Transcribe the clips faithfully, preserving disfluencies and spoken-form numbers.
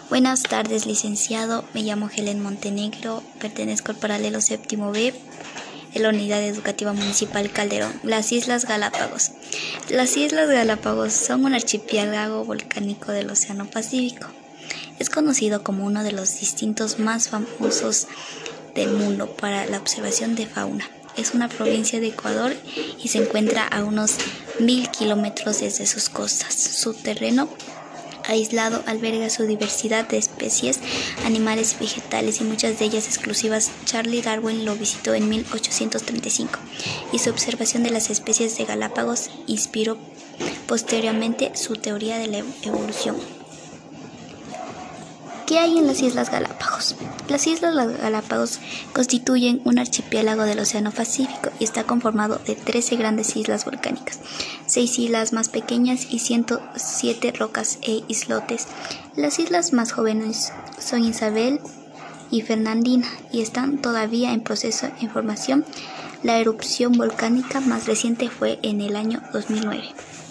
Buenas tardes, licenciado. Me llamo Helen Montenegro, pertenezco al paralelo séptimo B de la Unidad Educativa Municipal Calderón. Las Islas Galápagos. Las Islas Galápagos son un archipiélago volcánico del Océano Pacífico. Es conocido como uno de los destinos más famosos del mundo para la observación de fauna. Es una provincia de Ecuador y se encuentra a unos mil kilómetros desde sus costas. Su terreno aislado alberga su diversidad de especies animales y vegetales, y muchas de ellas exclusivas. Charles Darwin lo visitó en mil ochocientos treinta y cinco y su observación de las especies de Galápagos inspiró posteriormente su teoría de la evolución. ¿Qué hay en las Islas Galápagos? Las Islas Galápagos constituyen un archipiélago del Océano Pacífico y está conformado de trece grandes islas volcánicas, seis islas más pequeñas y ciento siete rocas e islotes. Las islas más jóvenes son Isabel y Fernandina y están todavía en proceso de formación. La erupción volcánica más reciente fue en el año dos mil nueve.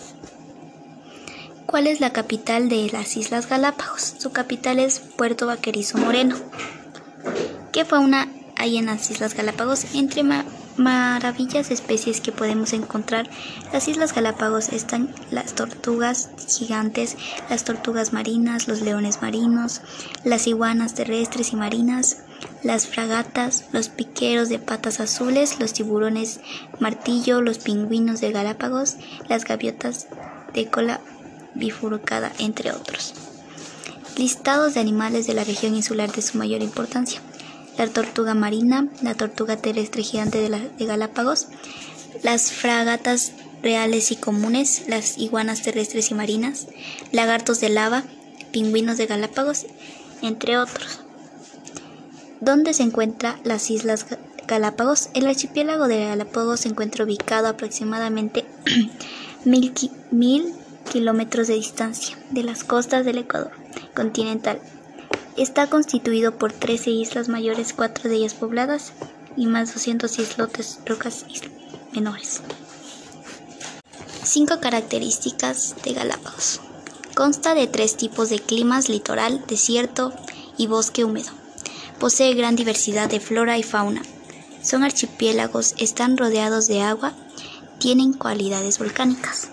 ¿Cuál es la capital de las Islas Galápagos? Su capital es Puerto Baquerizo Moreno. ¿Qué fauna hay en las Islas Galápagos? Entre ma maravillas de especies que podemos encontrar, las Islas Galápagos están las tortugas gigantes, las tortugas marinas, los leones marinos, las iguanas terrestres y marinas, las fragatas, los piqueros de patas azules, los tiburones martillo, los pingüinos de Galápagos, las gaviotas de cola bifurcada, entre otros. Listados de animales de la región insular de su mayor importancia: la tortuga marina, la tortuga terrestre gigante de, la, de Galápagos, las fragatas reales y comunes, las iguanas terrestres y marinas, lagartos de lava, pingüinos de Galápagos, entre otros. ¿Dónde se encuentran las Islas Galápagos? El archipiélago de Galápagos se encuentra ubicado aproximadamente mil, mil kilómetros de distancia de las costas del Ecuador continental. Está constituido por trece islas mayores, cuatro de ellas pobladas, y más doscientos islotes, rocas menores. Cinco características de Galápagos. Consta de tres tipos de climas: litoral, desierto y bosque húmedo. Posee gran diversidad de flora y fauna. Son archipiélagos, están rodeados de agua, tienen cualidades volcánicas.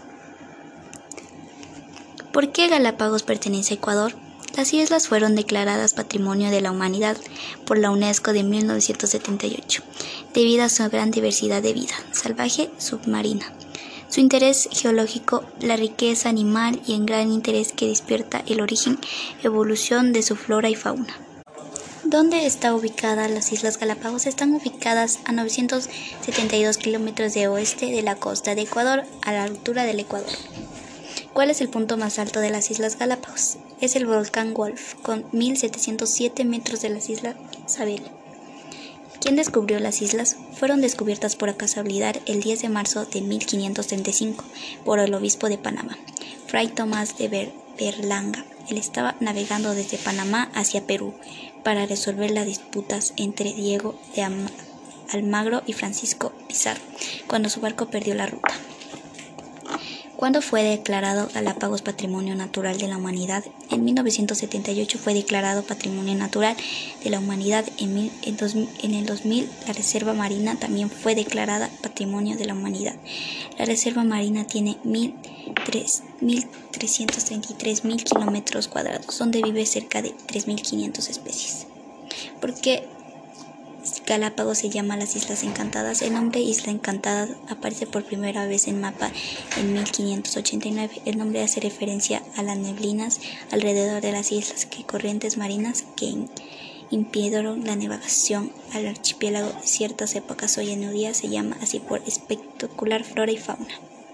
¿Por qué Galápagos pertenece a Ecuador? Las islas fueron declaradas Patrimonio de la Humanidad por la UNESCO de mil novecientos setenta y ocho, debido a su gran diversidad de vida salvaje submarina, su interés geológico, la riqueza animal y el gran interés que despierta el origen y evolución de su flora y fauna. ¿Dónde está ubicada las Islas Galápagos? Están ubicadas a novecientos setenta y dos kilómetros de oeste de la costa de Ecuador, a la altura del Ecuador. ¿Cuál es el punto más alto de las Islas Galápagos? Es el volcán Wolf, con mil setecientos siete metros de las Islas Isabel. ¿Quién descubrió las islas? Fueron descubiertas por casualidad el diez de marzo de mil quinientos treinta y cinco por el obispo de Panamá, Fray Tomás de Ber Berlanga. Él estaba navegando desde Panamá hacia Perú para resolver las disputas entre Diego de Almagro y Francisco Pizarro, cuando su barco perdió la ruta. ¿Cuándo fue declarado Galápagos Patrimonio Natural de la Humanidad? En mil novecientos setenta y ocho fue declarado Patrimonio Natural de la Humanidad. En, mil, en, dos, en el dos mil la Reserva Marina también fue declarada Patrimonio de la Humanidad. La Reserva Marina tiene mil trescientos treinta y tres mil kilómetros cuadrados, donde vive cerca de tres mil quinientas especies. ¿Por qué Galápagos se llama las Islas Encantadas? El nombre Isla Encantada aparece por primera vez en mapa en mil quinientos ochenta y nueve. El nombre hace referencia a las neblinas alrededor de las islas, que corrientes marinas que impidieron la navegación al archipiélago en ciertas épocas. Hoy en día se llama así por espectacular flora y fauna.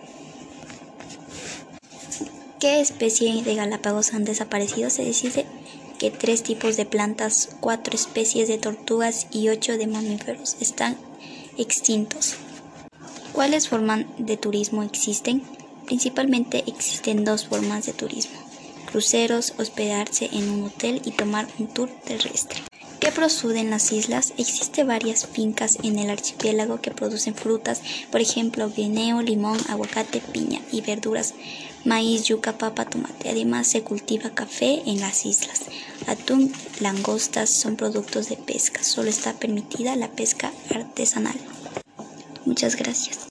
¿Qué especies de Galápagos han desaparecido? Se decide que tres tipos de plantas, cuatro especies de tortugas y ocho de mamíferos están extintos. ¿Cuáles formas de turismo existen? Principalmente existen dos formas de turismo: cruceros, hospedarse en un hotel, y tomar un tour terrestre. ¿Qué producen las islas? Existen varias fincas en el archipiélago que producen frutas, por ejemplo, guineo, limón, aguacate, piña, y verduras, maíz, yuca, papa, tomate. Además, se cultiva café en las islas. atún, langostas son productos de pesca. Solo está permitida la pesca artesanal. Muchas gracias.